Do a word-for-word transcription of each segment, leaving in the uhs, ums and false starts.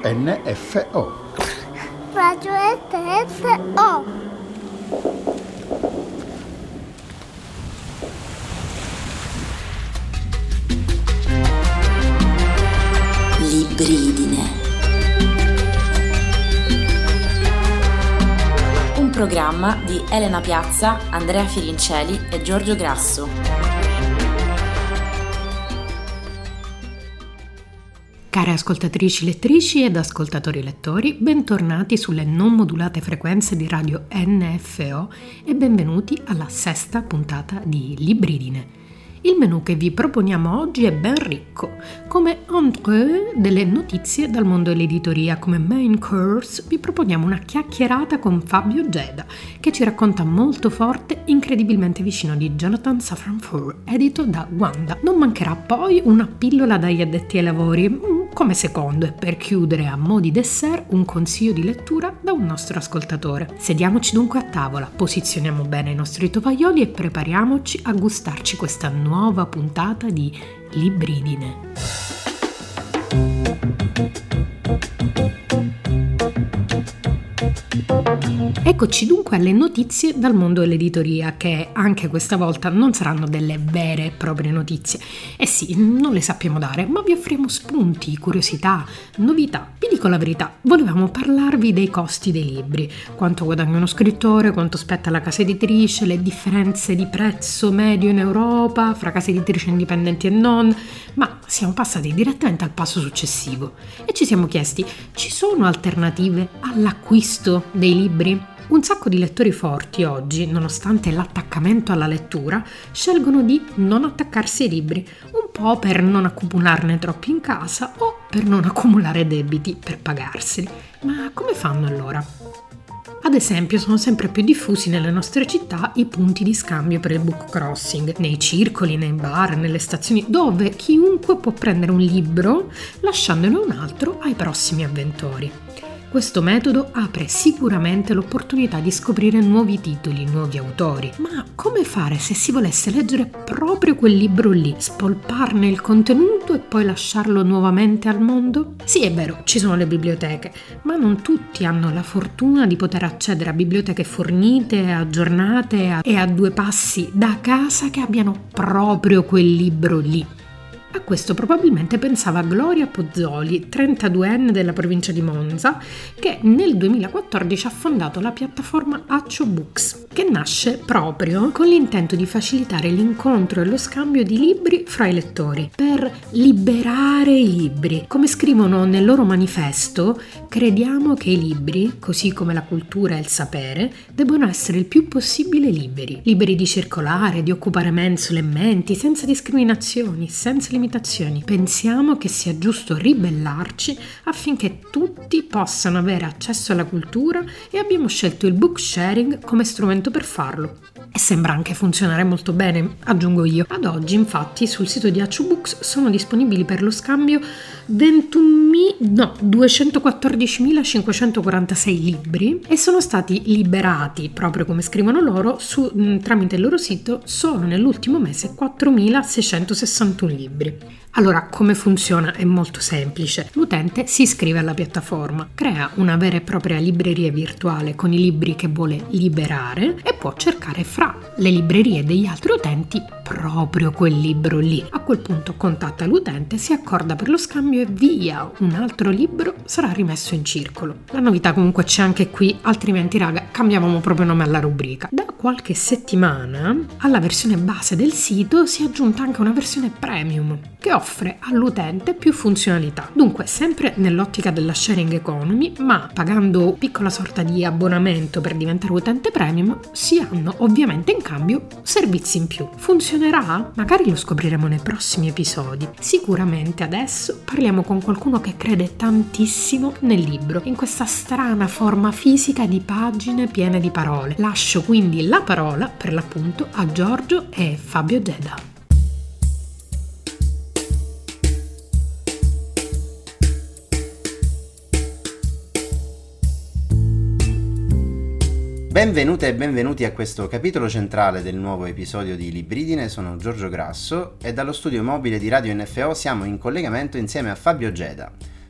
N F O. Radio N F O. Libridine. Un programma di Elena Piazza, Andrea Firincelli e Giorgio Grasso. Care ascoltatrici lettrici ed ascoltatori lettori, bentornati sulle non modulate frequenze di Radio N F O e benvenuti alla sesta puntata di Libridine. Il menù che vi proponiamo oggi è ben ricco. Come entrée delle notizie dal mondo dell'editoria, come main course vi proponiamo una chiacchierata con Fabio Geda, che ci racconta molto forte, incredibilmente vicino di Jonathan Safran Foer, edito da Wanda. Non mancherà poi una pillola dagli addetti ai lavori, come secondo, e per chiudere a mo' di dessert un consiglio di lettura da un nostro ascoltatore. Sediamoci dunque a tavola, posizioniamo bene i nostri tovaglioli e prepariamoci a gustarci questa nuova puntata di Libridine. Eccoci dunque alle notizie dal mondo dell'editoria, che anche questa volta non saranno delle vere e proprie notizie. Eh sì, non le sappiamo dare, ma vi offriamo spunti, curiosità, novità. Vi dico la verità, volevamo parlarvi dei costi dei libri, quanto guadagna uno scrittore, quanto spetta la casa editrice, le differenze di prezzo medio in Europa, fra case editrici indipendenti e non, ma siamo passati direttamente al passo successivo e ci siamo chiesti: ci sono alternative all'acquisto dei libri? Un sacco di lettori forti oggi, nonostante l'attaccamento alla lettura, scelgono di non attaccarsi ai libri, un po' per non accumularne troppi in casa o per non accumulare debiti per pagarseli. Ma come fanno allora? Ad esempio, sono sempre più diffusi nelle nostre città i punti di scambio per il book crossing, nei circoli, nei bar, nelle stazioni, dove chiunque può prendere un libro lasciandone un altro ai prossimi avventori. Questo metodo apre sicuramente l'opportunità di scoprire nuovi titoli, nuovi autori. Ma come fare se si volesse leggere proprio quel libro lì, spolparne il contenuto e poi lasciarlo nuovamente al mondo? Sì, è vero, ci sono le biblioteche, ma non tutti hanno la fortuna di poter accedere a biblioteche fornite, aggiornate e a due passi da casa che abbiano proprio quel libro lì. A questo probabilmente pensava Gloria Pozzoli, trentaduenne della provincia di Monza, che nel duemilaquattordici ha fondato la piattaforma Accio Books, che nasce proprio con l'intento di facilitare l'incontro e lo scambio di libri fra i lettori, per liberare i libri. Come scrivono nel loro manifesto, crediamo che i libri, così come la cultura e il sapere, debbano essere il più possibile liberi, liberi di circolare, di occupare mensole e menti, senza discriminazioni, senza limitazioni. Pensiamo che sia giusto ribellarci affinché tutti possano avere accesso alla cultura e abbiamo scelto il book sharing come strumento per farlo. E sembra anche funzionare molto bene, aggiungo io. Ad oggi, infatti, sul sito di Accio Books sono disponibili per lo scambio ventuno, no, duecentoquattordicimilacinquecentoquarantasei libri e sono stati liberati, proprio come scrivono loro, su, tramite il loro sito, solo nell'ultimo mese quattromilaseicentosessantuno libri. Allora, come funziona? È molto semplice. L'utente si iscrive alla piattaforma, crea una vera e propria libreria virtuale con i libri che vuole liberare e può cercare fra le librerie degli altri utenti proprio quel libro lì. A quel punto contatta l'utente, si accorda per lo scambio e via, un altro libro sarà rimesso in circolo. La novità comunque c'è anche qui, altrimenti raga, cambiavamo proprio nome alla rubrica. Da qualche settimana alla versione base del sito si è aggiunta anche una versione premium che offre all'utente più funzionalità. Dunque, sempre nell'ottica della sharing economy, ma pagando piccola sorta di abbonamento per diventare utente premium, si hanno ovviamente in cambio servizi in più. Funzionerà? Magari lo scopriremo nei prossimi episodi. Sicuramente adesso parliamo con qualcuno che crede tantissimo nel libro, in questa strana forma fisica di pagine piene di parole. Lascio quindi la parola, per l'appunto, a Giorgio e Fabio Geda. Benvenute e benvenuti a questo capitolo centrale del nuovo episodio di Libridine. Sono Giorgio Grasso e dallo studio mobile di Radio N F O siamo in collegamento insieme a Fabio Geda.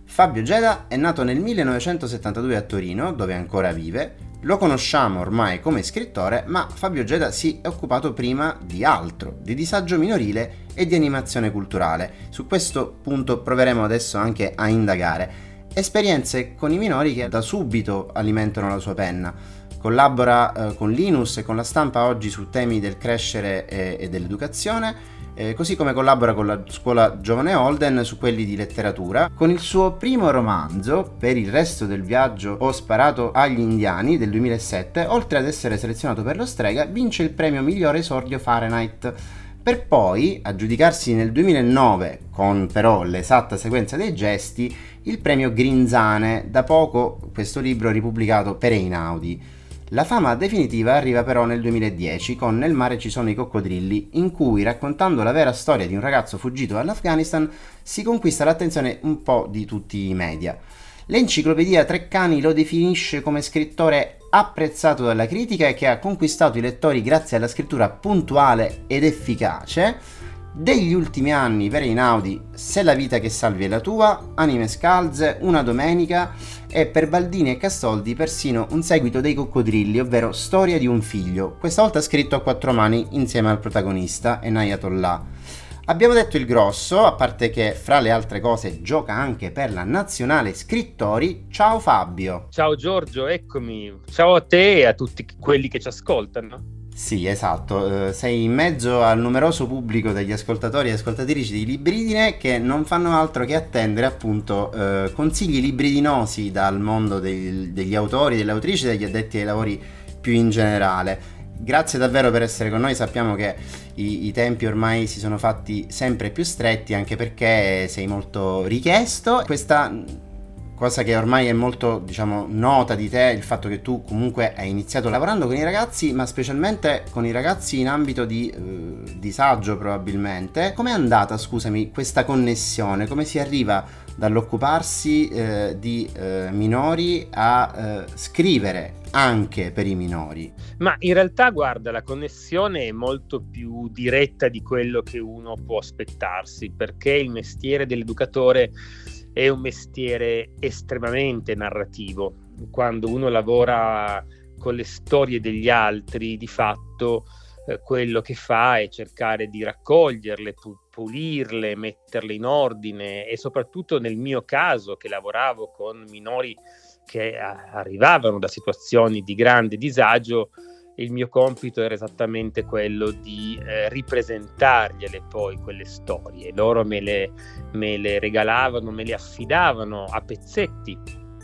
Fabio Geda è nato nel millenovecentosettantadue a Torino, dove ancora vive. Lo conosciamo ormai come scrittore, ma Fabio Geda si è occupato prima di altro, di disagio minorile e di animazione culturale. Su questo punto proveremo adesso anche a indagare. Esperienze con i minori che da subito alimentano la sua penna. Collabora eh, con Linus e con La Stampa oggi su temi del crescere e, e dell'educazione, eh, così come collabora con la scuola Giovane Holden su quelli di letteratura. Con il suo primo romanzo, Per il resto del viaggio ho sparato agli indiani, del duemilasette, oltre ad essere selezionato per lo Strega, vince il premio migliore esordio Fahrenheit, per poi aggiudicarsi nel duemilanove, con però l'esatta sequenza dei gesti, il premio Grinzane, da poco questo libro ripubblicato per Einaudi. La fama definitiva arriva però nel duemiladieci con Nel mare ci sono i coccodrilli, in cui, raccontando la vera storia di un ragazzo fuggito dall'Afghanistan, si conquista l'attenzione un po' di tutti i media. L'enciclopedia Treccani lo definisce come scrittore apprezzato dalla critica e che ha conquistato i lettori grazie alla scrittura puntuale ed efficace. Degli ultimi anni per Einaudi Se la vita che salvi è la tua, Anime scalze, Una domenica e per Baldini e Castoldi persino un seguito dei coccodrilli, ovvero Storia di un figlio, questa volta scritto a quattro mani insieme al protagonista Enayatollah. Abbiamo detto il grosso, a parte che fra le altre cose gioca anche per la Nazionale Scrittori. Ciao Fabio. Ciao Giorgio, eccomi. Ciao a te e a tutti quelli che ci ascoltano. Sì, esatto, sei in mezzo al numeroso pubblico degli ascoltatori e ascoltatrici di Libridine che non fanno altro che attendere appunto eh, consigli libridinosi dal mondo dei, degli autori, delle autrici e degli addetti ai lavori più in generale. Grazie davvero per essere con noi, sappiamo che i, i tempi ormai si sono fatti sempre più stretti, anche perché sei molto richiesto. Questa cosa che ormai è molto, diciamo, nota di te, il fatto che tu comunque hai iniziato lavorando con i ragazzi, ma specialmente con i ragazzi in ambito di eh, disagio probabilmente. Com'è andata, scusami, questa connessione? Come si arriva dall'occuparsi eh, di eh, minori a eh, scrivere anche per i minori? Ma in realtà, guarda, la connessione è molto più diretta di quello che uno può aspettarsi, perché il mestiere dell'educatore è un mestiere estremamente narrativo. Quando uno lavora con le storie degli altri, di fatto eh, quello che fa è cercare di raccoglierle, pu- pulirle, metterle in ordine, e soprattutto nel mio caso, che lavoravo con minori che a- arrivavano da situazioni di grande disagio, il mio compito era esattamente quello di eh, ripresentargliele poi quelle storie. Loro me le, me le regalavano, me le affidavano a pezzetti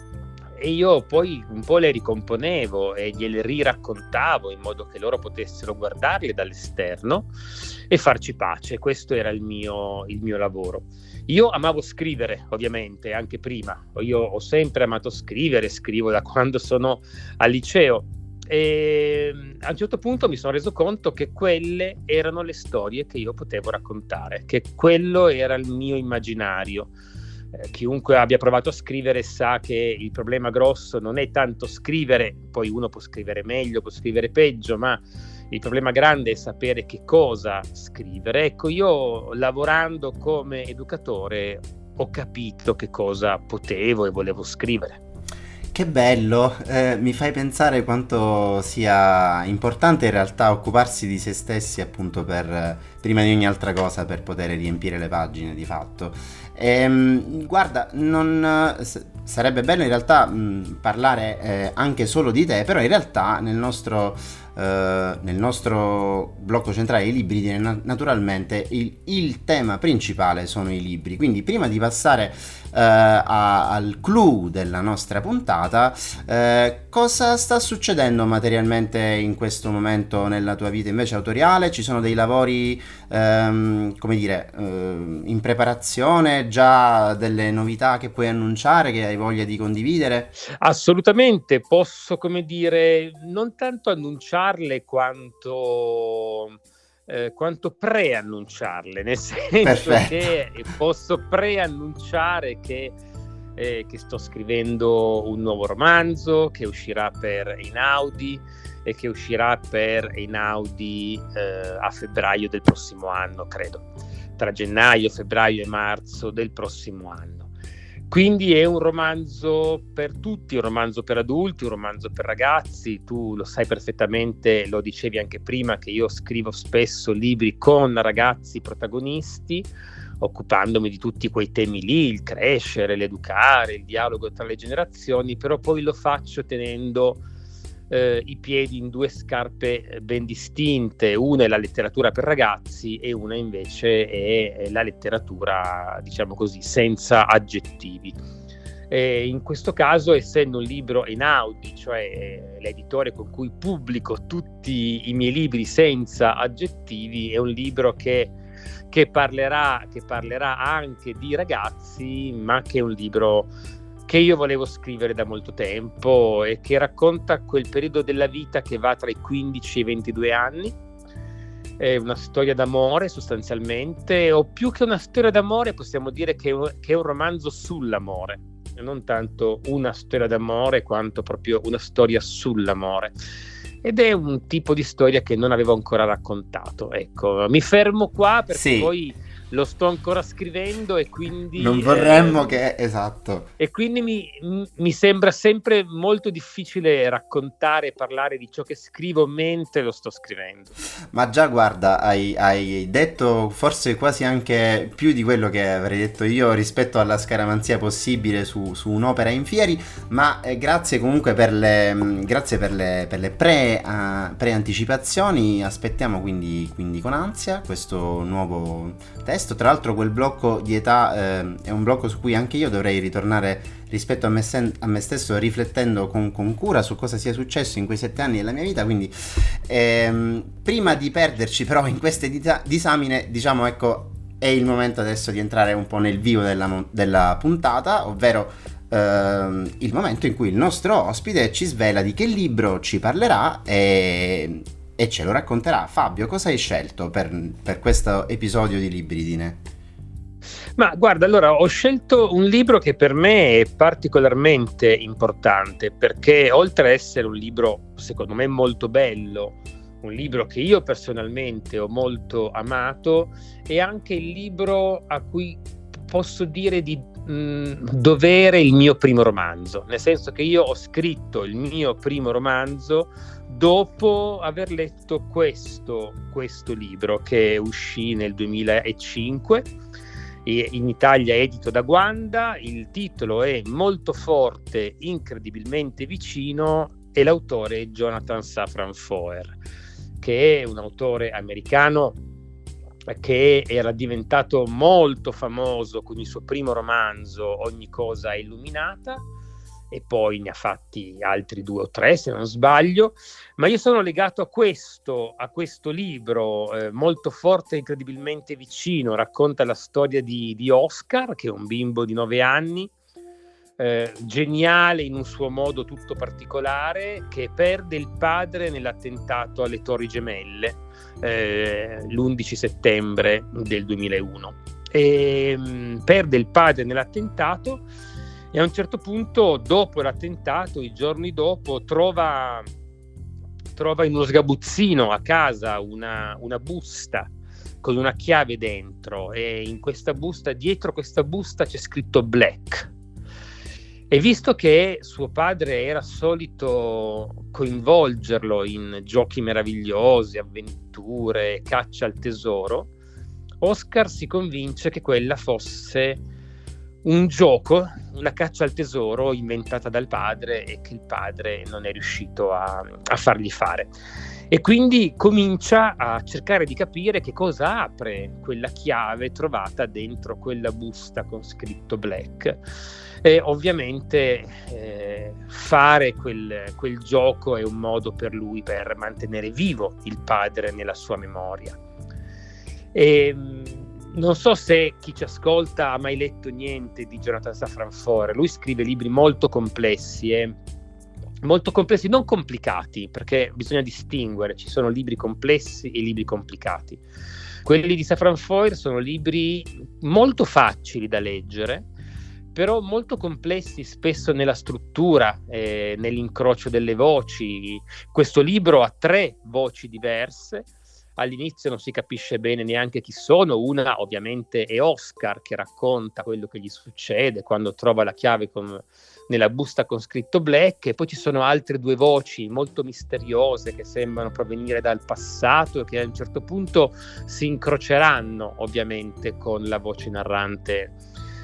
e io poi un po' le ricomponevo e gliele riraccontavo in modo che loro potessero guardarle dall'esterno e farci pace. Questo era il mio, il mio lavoro. Io amavo scrivere, ovviamente, anche prima. Io ho sempre amato scrivere, scrivo da quando sono al liceo. E a un certo punto mi sono reso conto che quelle erano le storie che io potevo raccontare, che quello era il mio immaginario. Eh, chiunque abbia provato a scrivere sa che il problema grosso non è tanto scrivere, poi uno può scrivere meglio, può scrivere peggio, ma il problema grande è sapere che cosa scrivere. Ecco, io lavorando come educatore ho capito che cosa potevo e volevo scrivere. Che bello, eh, mi fai pensare quanto sia importante in realtà occuparsi di se stessi, appunto, per prima di ogni altra cosa, per poter riempire le pagine di fatto. Ehm, guarda, non s- sarebbe bello in realtà mh, parlare eh, anche solo di te, però in realtà nel nostro eh, nel nostro blocco centrale i libri, na- naturalmente il, il tema principale sono i libri. Quindi prima di passare Uh, a, al clou della nostra puntata, uh, cosa sta succedendo materialmente in questo momento nella tua vita invece autoriale? Ci sono dei lavori um, come dire uh, in preparazione, già delle novità che puoi annunciare, che hai voglia di condividere? Assolutamente, posso, come dire, non tanto annunciarle quanto Eh, quanto preannunciarle, nel senso Perfetto. che posso preannunciare che, eh, che sto scrivendo un nuovo romanzo che uscirà per Einaudi e che uscirà per Einaudi eh, a febbraio del prossimo anno, credo, tra gennaio, febbraio e marzo del prossimo anno. Quindi è un romanzo per tutti, un romanzo per adulti, un romanzo per ragazzi. Tu lo sai perfettamente, lo dicevi anche prima, che io scrivo spesso libri con ragazzi protagonisti, occupandomi di tutti quei temi lì, il crescere, l'educare, il dialogo tra le generazioni, però poi lo faccio tenendo eh, i piedi in due scarpe ben distinte. Una è la letteratura per ragazzi e una invece è, è la letteratura, diciamo così, senza aggettivi. E in questo caso, essendo un libro Einaudi, cioè l'editore con cui pubblico tutti i miei libri senza aggettivi, è un libro che Che parlerà, che parlerà anche di ragazzi, ma che è un libro che io volevo scrivere da molto tempo e che racconta quel periodo della vita che va tra i quindici e i ventidue anni. È una storia d'amore sostanzialmente, o più che una storia d'amore possiamo dire che è un, che è un romanzo sull'amore, non tanto una storia d'amore quanto proprio una storia sull'amore. Ed è un tipo di storia che non avevo ancora raccontato. Ecco, mi fermo qua perché sì. Poi lo sto ancora scrivendo e quindi non vorremmo eh, che esatto e quindi mi, mi sembra sempre molto difficile raccontare e parlare di ciò che scrivo mentre lo sto scrivendo. Ma già guarda, hai, hai detto forse quasi anche più di quello che avrei detto io rispetto alla scaramanzia possibile su, su un'opera in fieri, ma eh, grazie comunque per le grazie per le, per le pre, uh, pre-anticipazioni. Aspettiamo quindi, quindi con ansia questo nuovo testo. Tra l'altro quel blocco di età eh, è un blocco su cui anche io dovrei ritornare rispetto a me, sen- a me stesso, riflettendo con, con cura su cosa sia successo in quei sette anni della mia vita. Quindi ehm, prima di perderci però in queste dita- disamine, diciamo, ecco, è il momento adesso di entrare un po' nel vivo della, della puntata, ovvero ehm, il momento in cui il nostro ospite ci svela di che libro ci parlerà e... e ce lo racconterà. Fabio, cosa hai scelto per, per questo episodio di Libridine? Ma guarda, allora ho scelto un libro che per me è particolarmente importante, perché oltre a essere un libro secondo me molto bello, un libro che io personalmente ho molto amato, è anche il libro a cui posso dire di mh, dovere il mio primo romanzo, nel senso che io ho scritto il mio primo romanzo dopo aver letto questo, questo libro, che uscì nel duemilacinque, in Italia edito da Guanda. Il titolo è Molto forte, incredibilmente vicino e l'autore è Jonathan Safran Foer, che è un autore americano che era diventato molto famoso con il suo primo romanzo Ogni cosa è illuminata, e poi ne ha fatti altri due o tre se non sbaglio, ma io sono legato a questo, a questo libro eh, Molto forte e incredibilmente vicino. Racconta la storia di, di Oscar, che è un bimbo di nove anni, eh, geniale in un suo modo tutto particolare, che perde il padre nell'attentato alle Torri Gemelle eh, l'undici settembre del duemilauno, e mh, perde il padre nell'attentato. E a un certo punto, dopo l'attentato, i giorni dopo, trova, trova in uno sgabuzzino a casa una, una busta con una chiave dentro, e in questa busta, dietro questa busta c'è scritto Black. E visto che suo padre era solito coinvolgerlo in giochi meravigliosi, avventure, caccia al tesoro, Oscar si convince che quella fosse un gioco, una caccia al tesoro inventata dal padre e che il padre non è riuscito a, a fargli fare. E quindi comincia a cercare di capire che cosa apre quella chiave trovata dentro quella busta con scritto Black. E ovviamente eh, fare quel, quel gioco è un modo per lui per mantenere vivo il padre nella sua memoria. E non so se chi ci ascolta ha mai letto niente di Jonathan Safran Foer. Lui scrive libri molto complessi, eh? molto complessi, non complicati, perché bisogna distinguere, ci sono libri complessi e libri complicati. Quelli di Safran Foer sono libri molto facili da leggere, però molto complessi spesso nella struttura, eh, nell'incrocio delle voci. Questo libro ha tre voci diverse, all'inizio non si capisce bene neanche chi sono. Una ovviamente è Oscar, che racconta quello che gli succede quando trova la chiave con, nella busta con scritto Black, e poi ci sono altre due voci molto misteriose che sembrano provenire dal passato e che a un certo punto si incroceranno ovviamente con la voce narrante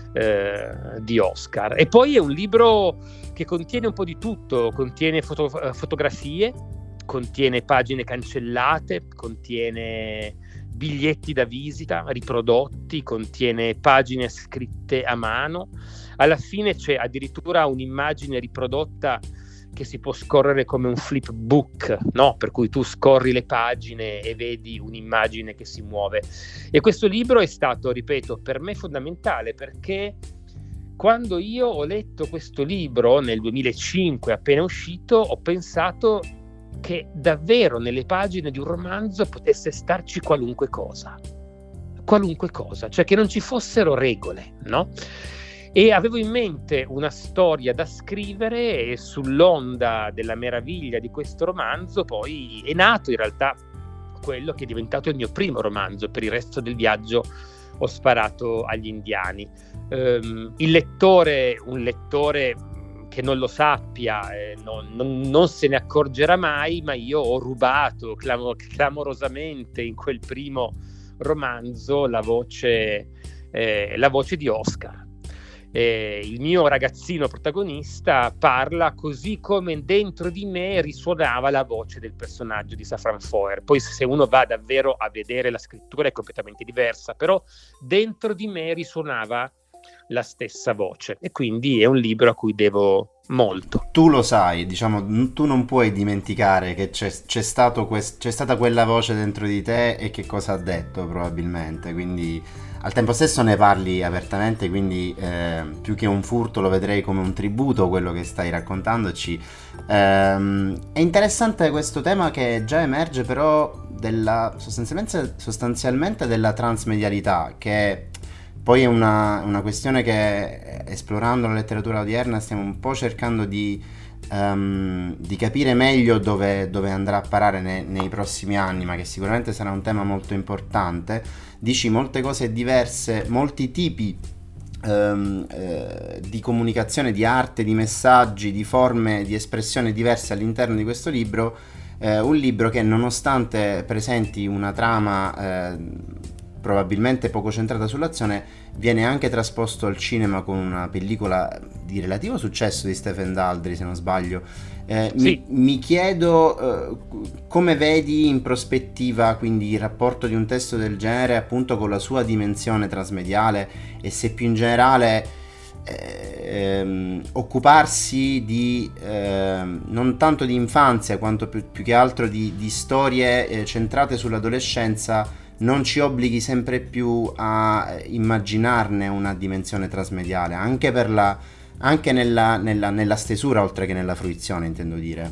eh, di Oscar. E poi è un libro che contiene un po' di tutto, contiene foto, fotografie, contiene pagine cancellate, contiene biglietti da visita riprodotti, contiene pagine scritte a mano. Alla fine c'è addirittura un'immagine riprodotta che si può scorrere come un flipbook, no? Per cui tu scorri le pagine e vedi un'immagine che si muove. E questo libro è stato, ripeto, per me fondamentale, perché quando io ho letto questo libro nel duemilacinque, appena uscito, ho pensato che davvero nelle pagine di un romanzo potesse starci qualunque cosa, qualunque cosa, cioè che non ci fossero regole, no? E avevo in mente una storia da scrivere, e sull'onda della meraviglia di questo romanzo poi è nato in realtà quello che è diventato il mio primo romanzo. Per il resto del viaggio ho sparato agli indiani. Um, il lettore, un lettore che non lo sappia, eh, non, non, non se ne accorgerà mai, ma io ho rubato clamo, clamorosamente in quel primo romanzo la voce, eh, la voce di Oscar. Eh, il mio ragazzino protagonista parla così come dentro di me risuonava la voce del personaggio di Safran Foer. Poi se uno va davvero a vedere la scrittura è completamente diversa, però dentro di me risuonava la stessa voce, e quindi è un libro a cui devo molto. Tu lo sai, diciamo, tu non puoi dimenticare che c'è, c'è, stato quest- c'è stata quella voce dentro di te e che cosa ha detto probabilmente, quindi al tempo stesso ne parli apertamente, quindi eh, più che un furto lo vedrei come un tributo quello che stai raccontandoci. Ehm, è interessante questo tema che già emerge però della, sostanzialmente, sostanzialmente della transmedialità, che poi è una, una questione che, esplorando la letteratura odierna, stiamo un po' cercando di, um, di capire meglio dove, dove andrà a parare ne, nei prossimi anni, ma che sicuramente sarà un tema molto importante. Dici molte cose diverse, molti tipi um, eh, di comunicazione, di arte, di messaggi, di forme di espressione diverse all'interno di questo libro. Eh, un libro che, nonostante presenti una trama eh, probabilmente poco centrata sull'azione, viene anche trasposto al cinema con una pellicola di relativo successo di Stephen Daldry, se non sbaglio. Eh, sì. mi, mi chiedo eh, come vedi in prospettiva quindi il rapporto di un testo del genere appunto con la sua dimensione transmediale, e se più in generale eh, ehm, occuparsi di eh, non tanto di infanzia quanto più, più che altro di, di storie eh, centrate sull'adolescenza non ci obblighi sempre più a immaginarne una dimensione transmediale, anche per la anche nella, nella, nella stesura oltre che nella fruizione, intendo dire.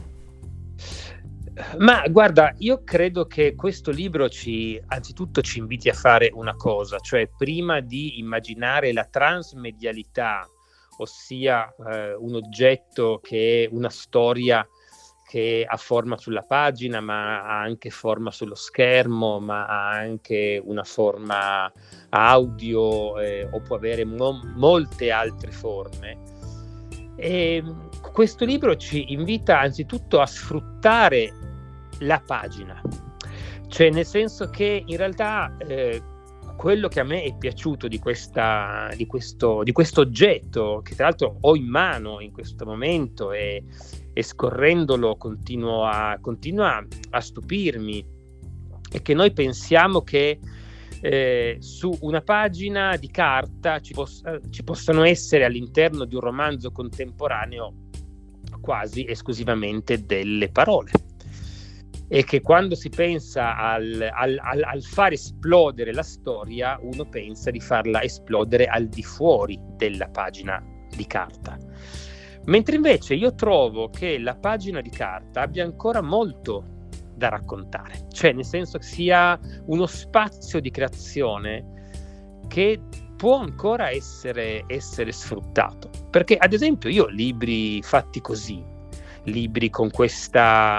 Ma guarda, io credo che questo libro ci anzitutto ci inviti a fare una cosa, cioè prima di immaginare la transmedialità, ossia eh, un oggetto che è una storia che ha forma sulla pagina, ma ha anche forma sullo schermo, ma ha anche una forma audio eh, o può avere mo- molte altre forme. E questo libro ci invita anzitutto a sfruttare la pagina, cioè nel senso che in realtà eh, quello che a me è piaciuto di questa di questo di questo oggetto, che tra l'altro ho in mano in questo momento e e scorrendolo continuo a, continua a stupirmi, è che noi pensiamo che eh, su una pagina di carta ci, possa, ci possano essere all'interno di un romanzo contemporaneo quasi esclusivamente delle parole, e che quando si pensa al, al, al, al far esplodere la storia, uno pensa di farla esplodere al di fuori della pagina di carta. Mentre invece io trovo che la pagina di carta abbia ancora molto da raccontare, cioè nel senso che sia uno spazio di creazione che può ancora essere, essere sfruttato. Perché ad esempio io libri fatti così, libri con questa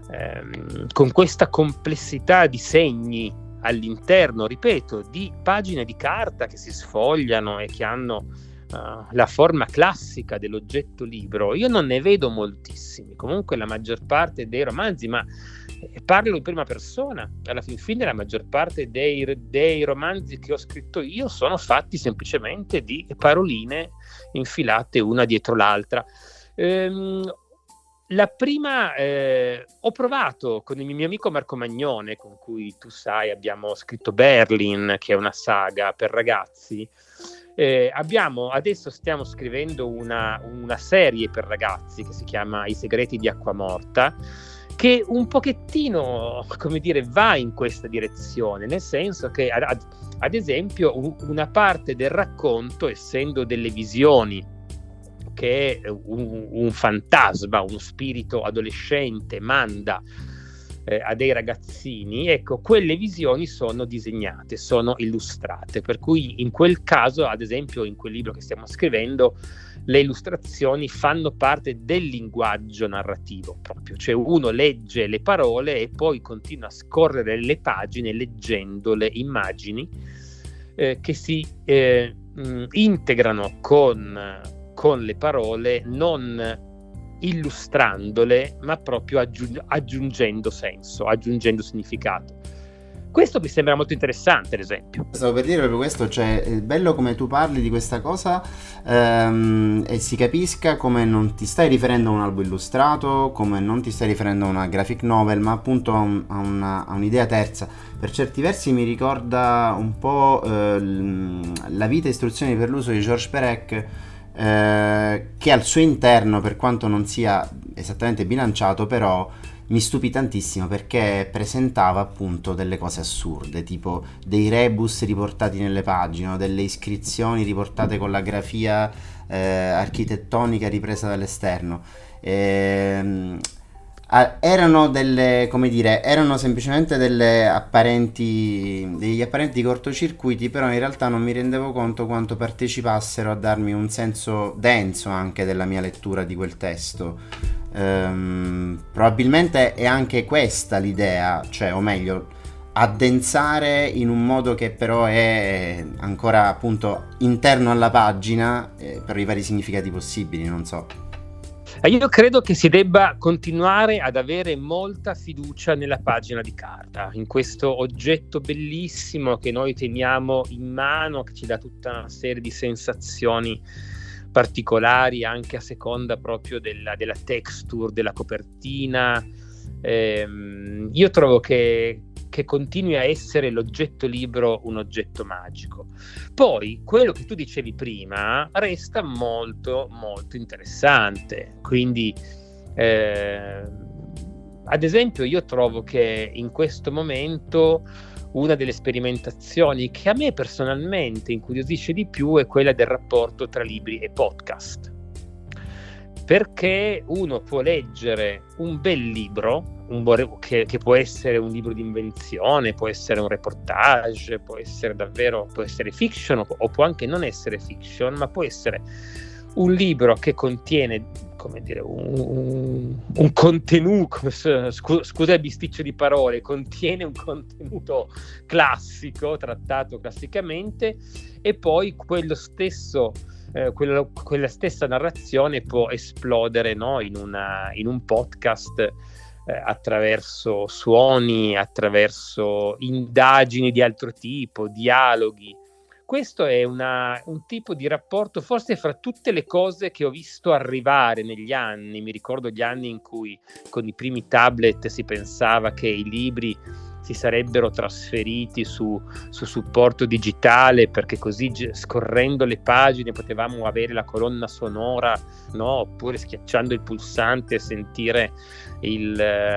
ehm, con questa complessità di segni all'interno, ripeto, di pagine di carta che si sfogliano e che hanno uh, la forma classica dell'oggetto libro, io non ne vedo moltissimi. Comunque la maggior parte dei romanzi, ma parlo in prima persona, alla fin fine la maggior parte dei, dei romanzi che ho scritto io sono fatti semplicemente di paroline infilate una dietro l'altra. Ehm, la prima, eh, ho provato con il mio amico Marco Magnone, con cui tu sai abbiamo scritto Berlin, che è una saga per ragazzi. Eh, abbiamo, adesso stiamo scrivendo una, una serie per ragazzi che si chiama I segreti di Acquamorta, che un pochettino, come dire, va in questa direzione, nel senso che ad, ad esempio una parte del racconto, essendo delle visioni che un, un fantasma, uno spirito adolescente manda eh, a dei ragazzini, ecco, quelle visioni sono disegnate, sono illustrate, per cui in quel caso, ad esempio in quel libro che stiamo scrivendo, le illustrazioni fanno parte del linguaggio narrativo proprio, cioè uno legge le parole e poi continua a scorrere le pagine leggendo le immagini eh, che si eh, mh, integrano con, con le parole, non illustrandole, ma proprio aggiung- aggiungendo senso, aggiungendo significato. Questo mi sembra molto interessante, ad esempio. Stavo per dire proprio questo, cioè è bello come tu parli di questa cosa ehm, e si capisca come non ti stai riferendo a un albo illustrato, come non ti stai riferendo a una graphic novel, ma appunto a, un, a, una, a un'idea terza. Per certi versi mi ricorda un po' eh, La vita e istruzioni per l'uso di Georges Perec, eh, che al suo interno, per quanto non sia esattamente bilanciato, però mi stupì tantissimo perché presentava appunto delle cose assurde, tipo dei rebus riportati nelle pagine, delle iscrizioni riportate con la grafia eh, architettonica ripresa dall'esterno. E, a, erano delle, come dire, erano semplicemente delle apparenti, degli apparenti cortocircuiti, però in realtà non mi rendevo conto quanto partecipassero a darmi un senso denso anche della mia lettura di quel testo. Um, probabilmente è anche questa l'idea, cioè, o meglio, addensare in un modo che però è ancora appunto interno alla pagina eh, per i vari significati possibili, non so. Io credo che si debba continuare ad avere molta fiducia nella pagina di carta, in questo oggetto bellissimo che noi teniamo in mano, che ci dà tutta una serie di sensazioni particolari anche a seconda proprio della, della texture della copertina. Ehm, io trovo che, che continui a essere l'oggetto libro un oggetto magico. Poi quello che tu dicevi prima resta molto molto interessante, quindi eh, ad esempio io trovo che in questo momento una delle sperimentazioni che a me personalmente incuriosisce di più è quella del rapporto tra libri e podcast, perché uno può leggere un bel libro, un bo- che, che può essere un libro di invenzione, può essere un reportage, può essere davvero, può essere fiction o, o può anche non essere fiction, ma può essere un libro che contiene, come dire, un, un, un contenuto, scu, scusa il bisticcio di parole, contiene un contenuto classico, trattato classicamente, e poi quello stesso, eh, quello, quella stessa narrazione può esplodere, no, in, una, in un podcast eh, attraverso suoni, attraverso indagini di altro tipo, dialoghi. Questo è una, un tipo di rapporto, forse fra tutte le cose che ho visto arrivare negli anni. Mi ricordo gli anni in cui con i primi tablet si pensava che i libri si sarebbero trasferiti su, su supporto digitale, perché così scorrendo le pagine potevamo avere la colonna sonora, no? Oppure schiacciando il pulsante e sentire il...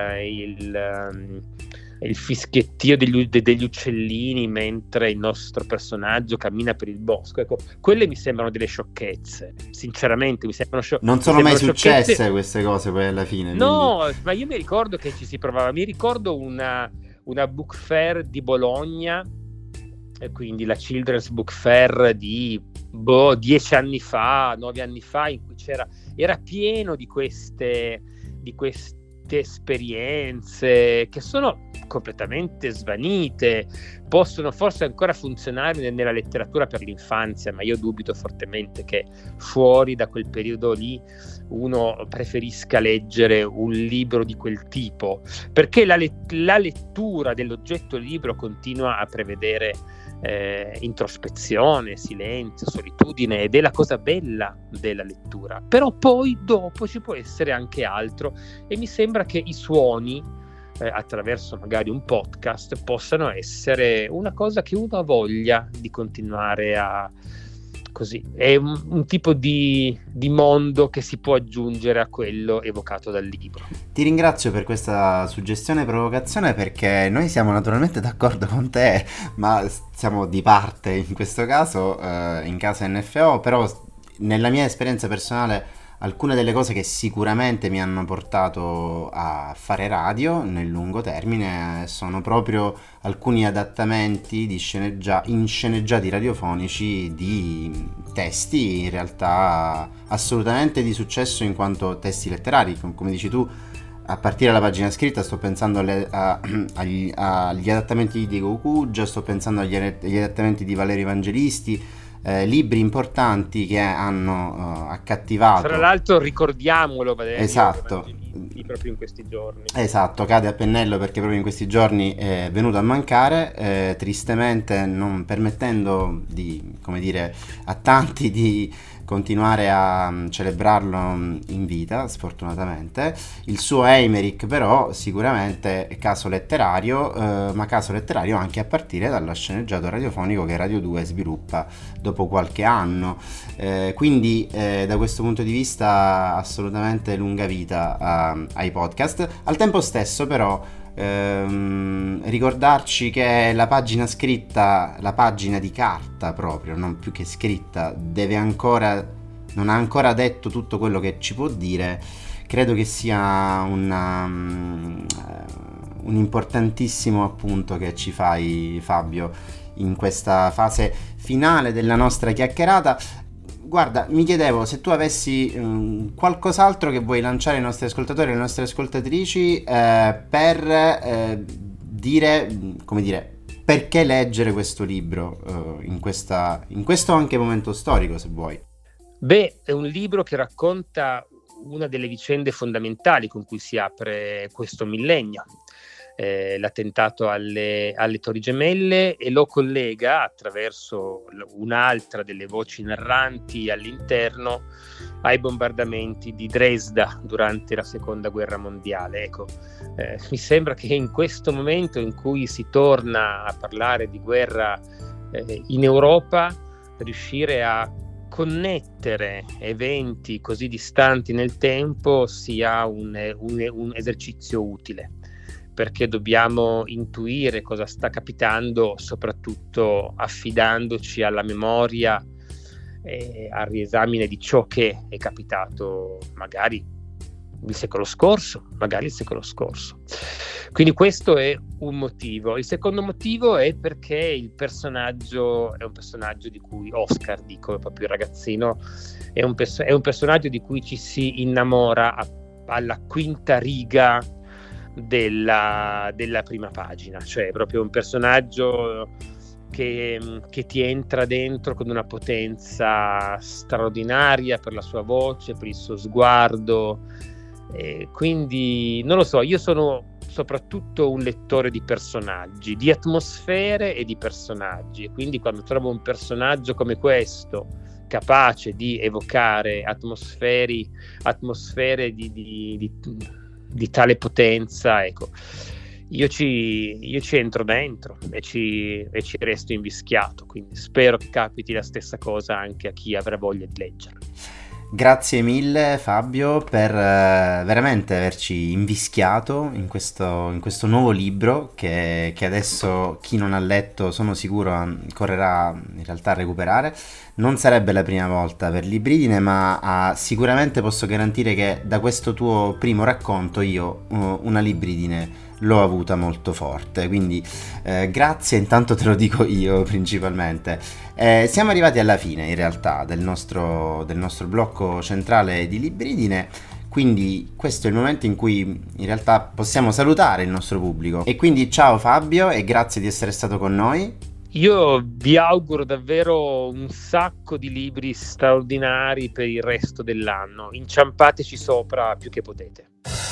il il fischiettio degli, degli uccellini mentre il nostro personaggio cammina per il bosco. Ecco, quelle mi sembrano delle sciocchezze, sinceramente mi sembrano scio- non sono mi mai sembrano successe queste cose poi alla fine, no, quindi... ma io mi ricordo che ci si provava, mi ricordo una, una book fair di Bologna, e quindi la Children's Book Fair di boh, dieci anni fa, nove anni fa, in cui c'era, era pieno di queste di queste determinate esperienze che sono completamente svanite, possono forse ancora funzionare nella letteratura per l'infanzia, ma io dubito fortemente che fuori da quel periodo lì uno preferisca leggere un libro di quel tipo, perché la, let- la lettura dell'oggetto libro continua a prevedere eh, introspezione, silenzio, solitudine, ed è la cosa bella della lettura. Però poi dopo ci può essere anche altro, e mi sembra che i suoni Eh, attraverso magari un podcast possano essere una cosa che uno ha voglia di continuare a così, è un, un tipo di, di mondo che si può aggiungere a quello evocato dal libro. Ti ringrazio per questa suggestione e provocazione, perché noi siamo naturalmente d'accordo con te, ma siamo di parte in questo caso, eh, in casa N F O, però nella mia esperienza personale alcune delle cose che sicuramente mi hanno portato a fare radio nel lungo termine sono proprio alcuni adattamenti di sceneggia- in sceneggiati radiofonici di testi in realtà assolutamente di successo in quanto testi letterari, come dici tu. A partire dalla pagina scritta sto pensando alle, a, agli, agli adattamenti di Diego Cuccia, sto pensando agli, agli adattamenti di Valerio Evangelisti. Eh, libri importanti che hanno uh, accattivato. Tra l'altro ricordiamolo, Valerio, esatto, proprio in questi giorni. Esatto, cade a pennello perché proprio in questi giorni è venuto a mancare, eh, tristemente non permettendo di, come dire, a tanti di continuare a um, celebrarlo in vita, sfortunatamente. Il suo Eimerick però sicuramente è caso letterario, eh, ma caso letterario anche a partire dalla sceneggiato radiofonico che Radio due sviluppa dopo qualche anno, eh, quindi eh, da questo punto di vista assolutamente lunga vita a, ai podcast. Al tempo stesso però ehm, ricordarci che la pagina scritta, la pagina di carta proprio, non più che scritta, deve ancora, non ha ancora detto tutto quello che ci può dire. Credo che sia una, um, un importantissimo appunto che ci fai, Fabio, in questa fase finale della nostra chiacchierata. Guarda, mi chiedevo se tu avessi um, qualcos'altro che vuoi lanciare ai nostri ascoltatori e alle nostre ascoltatrici eh, per eh, dire, come dire, perché leggere questo libro eh, in, questa, in questo anche momento storico, se vuoi. Beh, è un libro che racconta una delle vicende fondamentali con cui si apre questo millennio. Eh, l'attentato alle, alle Torri Gemelle, e lo collega attraverso un'altra delle voci narranti all'interno ai bombardamenti di Dresda durante la seconda guerra mondiale. Ecco, eh, mi sembra che in questo momento in cui si torna a parlare di guerra eh, in Europa, riuscire a connettere eventi così distanti nel tempo sia un, un, un esercizio utile, perché dobbiamo intuire cosa sta capitando, soprattutto affidandoci alla memoria e al riesamine di ciò che è capitato magari il secolo scorso, magari il secolo scorso. Quindi questo è un motivo. Il secondo motivo è perché il personaggio è un personaggio di cui Oscar, dico proprio il ragazzino, è un, pers- è un personaggio di cui ci si innamora a- alla quinta riga Della, della prima pagina, cioè proprio un personaggio che, che ti entra dentro con una potenza straordinaria per la sua voce, per il suo sguardo, e quindi non lo so, io sono soprattutto un lettore di personaggi, di atmosfere e di personaggi, e quindi quando trovo un personaggio come questo capace di evocare atmosferi, atmosfere di, di, di di tale potenza, ecco, io ci, io ci entro dentro e ci, e ci resto invischiato, quindi spero che capiti la stessa cosa anche a chi avrà voglia di leggerlo. Grazie mille Fabio per eh, veramente averci invischiato in questo, in questo nuovo libro che, che adesso chi non ha letto sono sicuro correrà in realtà a recuperare. Non sarebbe la prima volta per Libridine, ma ah, sicuramente posso garantire che da questo tuo primo racconto io uh, una Libridine l'ho avuta molto forte, quindi eh, grazie, intanto te lo dico io principalmente. Eh, siamo arrivati alla fine in realtà del nostro, del nostro blocco centrale di Libridine, quindi questo è il momento in cui in realtà possiamo salutare il nostro pubblico. E quindi ciao Fabio e grazie di essere stato con noi. Io vi auguro davvero un sacco di libri straordinari per il resto dell'anno. Inciampateci sopra più che potete.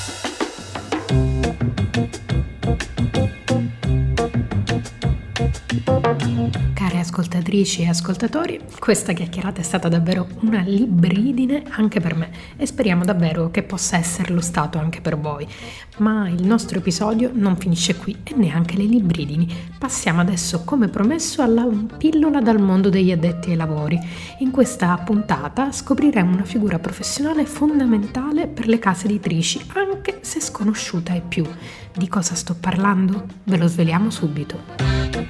Care ascoltatrici e ascoltatori, questa chiacchierata è stata davvero una libridine anche per me e speriamo davvero che possa esserlo stato anche per voi. Ma il nostro episodio non finisce qui e neanche le libridini. Passiamo adesso, come promesso, alla pillola dal mondo degli addetti ai lavori. In questa puntata scopriremo una figura professionale fondamentale per le case editrici, anche se sconosciuta ai più. Di cosa sto parlando? Ve lo sveliamo subito.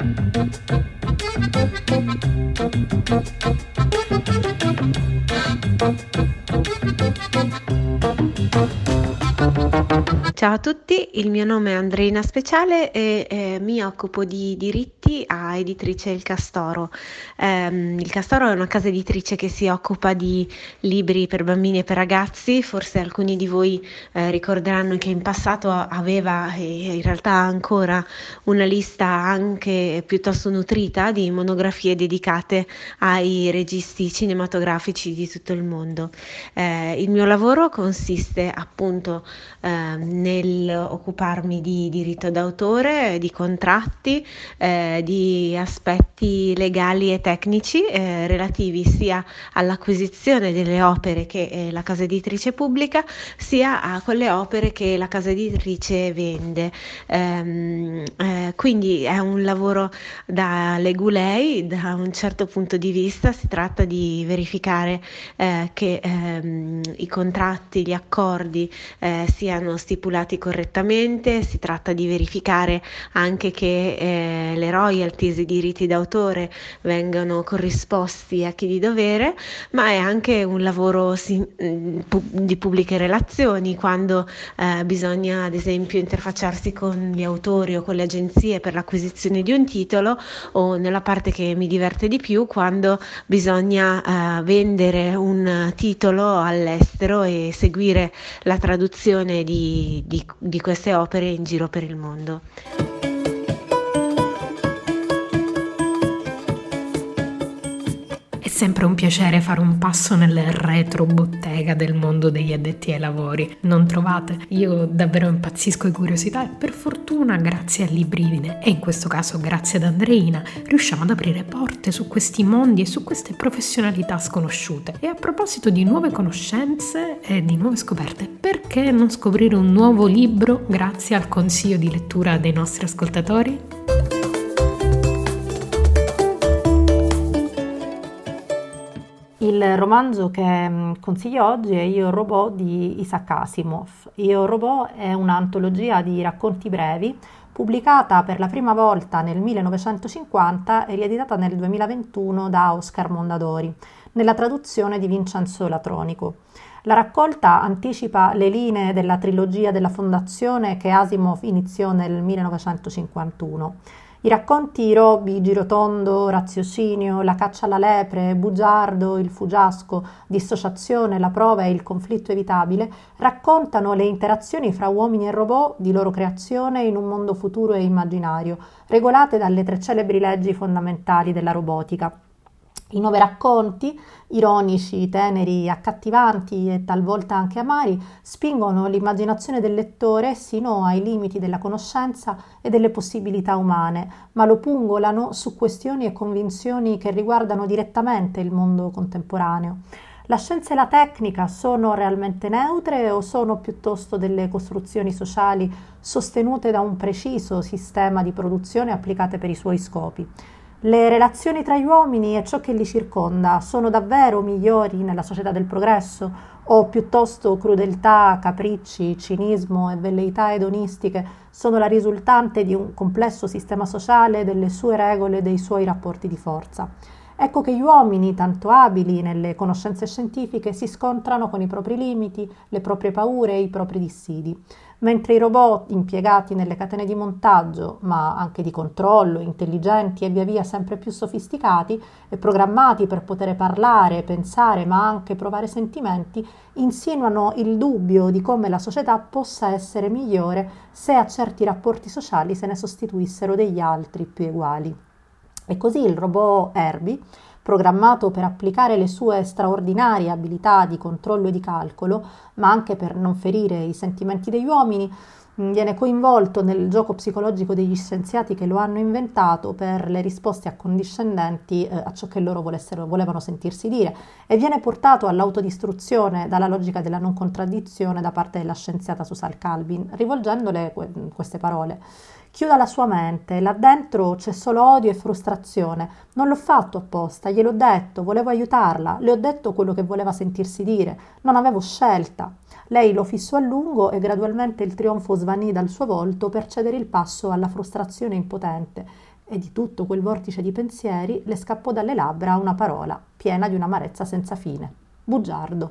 Ciao a tutti, il mio nome è Andreina Speciale e eh, mi occupo di diritti a Editrice Il Castoro. Eh, Il Castoro è una casa editrice che si occupa di libri per bambini e per ragazzi. Forse alcuni di voi eh, ricorderanno che in passato aveva e in realtà ha ancora una lista anche piuttosto nutrita di monografie dedicate ai registi cinematografici di tutto il mondo. Eh, il mio lavoro consiste appunto eh, nel occuparmi di diritto d'autore, di contratti, eh, di aspetti legali e tecnici eh, relativi sia all'acquisizione delle opere che eh, la casa editrice pubblica, sia a quelle opere che la casa editrice vende. Ehm, eh, quindi è un lavoro da legulei, da un certo punto di vista. Si tratta di verificare eh, che ehm, i contratti, gli accordi eh, siano stipulati correttamente. Si tratta di verificare anche che eh, le royalties, i diritti d'autore vengano corrisposti a chi di dovere, ma è anche un lavoro si, pu- di pubbliche relazioni, quando eh, bisogna ad esempio interfacciarsi con gli autori o con le agenzie per l'acquisizione di un titolo, o nella parte che mi diverte di più, quando bisogna eh, vendere un titolo all'estero e seguire la traduzione di, di, di queste opere in giro per il mondo. È sempre un piacere fare un passo nel retro bottega del mondo degli addetti ai lavori, non trovate? Io davvero impazzisco di curiosità e per fortuna, grazie a Libridine e in questo caso grazie ad Andreina, riusciamo ad aprire porte su questi mondi e su queste professionalità sconosciute. E a proposito di nuove conoscenze e di nuove scoperte, perché non scoprire un nuovo libro grazie al consiglio di lettura dei nostri ascoltatori? Il romanzo che consiglio oggi è Io Robot di Isaac Asimov. Io Robot è un'antologia di racconti brevi pubblicata per la prima volta nel millenovecentocinquanta e rieditata nel duemilaventuno da Oscar Mondadori, nella traduzione di Vincenzo Latronico. La raccolta anticipa le linee della trilogia della Fondazione che Asimov iniziò nel millenovecentocinquantuno. I racconti Roby, Girotondo, Raziocinio, La caccia alla lepre, Bugiardo, Il fuggiasco, Dissociazione, La prova e Il conflitto evitabile raccontano le interazioni fra uomini e robot di loro creazione in un mondo futuro e immaginario, regolate dalle tre celebri leggi fondamentali della robotica. I nove racconti, ironici, teneri, accattivanti e talvolta anche amari, spingono l'immaginazione del lettore sino ai limiti della conoscenza e delle possibilità umane, ma lo pungolano su questioni e convinzioni che riguardano direttamente il mondo contemporaneo. La scienza e la tecnica sono realmente neutre o sono piuttosto delle costruzioni sociali sostenute da un preciso sistema di produzione applicate per i suoi scopi? Le relazioni tra gli uomini e ciò che li circonda sono davvero migliori nella società del progresso o piuttosto crudeltà, capricci, cinismo e velleità edonistiche sono la risultante di un complesso sistema sociale, delle sue regole e dei suoi rapporti di forza? Ecco che gli uomini, tanto abili nelle conoscenze scientifiche, si scontrano con i propri limiti, le proprie paure e i propri dissidi, mentre i robot impiegati nelle catene di montaggio, ma anche di controllo, intelligenti e via via sempre più sofisticati e programmati per poter parlare, pensare, ma anche provare sentimenti, insinuano il dubbio di come la società possa essere migliore se a certi rapporti sociali se ne sostituissero degli altri più uguali. E così il robot Herbie, programmato per applicare le sue straordinarie abilità di controllo e di calcolo, ma anche per non ferire i sentimenti degli uomini, viene coinvolto nel gioco psicologico degli scienziati che lo hanno inventato per le risposte accondiscendenti eh, a ciò che loro volessero, volevano sentirsi dire, e viene portato all'autodistruzione dalla logica della non contraddizione da parte della scienziata Susan Calvin, rivolgendole que- queste parole: chiuda la sua mente, là dentro c'è solo odio e frustrazione. Non l'ho fatto apposta, gliel'ho detto, volevo aiutarla, le ho detto quello che voleva sentirsi dire, non avevo scelta. Lei lo fissò a lungo e gradualmente il trionfo svanì dal suo volto per cedere il passo alla frustrazione impotente, e di tutto quel vortice di pensieri le scappò dalle labbra una parola, piena di un'amarezza senza fine: bugiardo.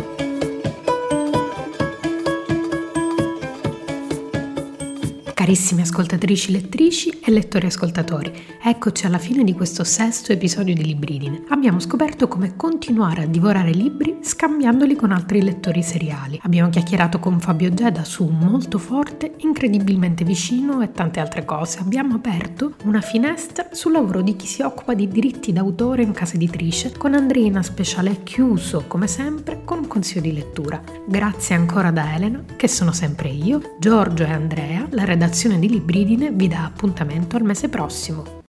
Carissime ascoltatrici lettrici e lettori ascoltatori, eccoci alla fine di questo sesto episodio di Libridine. Abbiamo scoperto come continuare a divorare libri scambiandoli con altri lettori seriali. Abbiamo chiacchierato con Fabio Geda su Molto Forte, Incredibilmente Vicino e tante altre cose. Abbiamo aperto una finestra sul lavoro di chi si occupa di diritti d'autore in casa editrice, con Andreina Speciale chiuso, come sempre, con un consiglio di lettura. Grazie ancora da Elena, che sono sempre io, Giorgio e Andrea, la redazione di Libridine vi dà appuntamento al mese prossimo.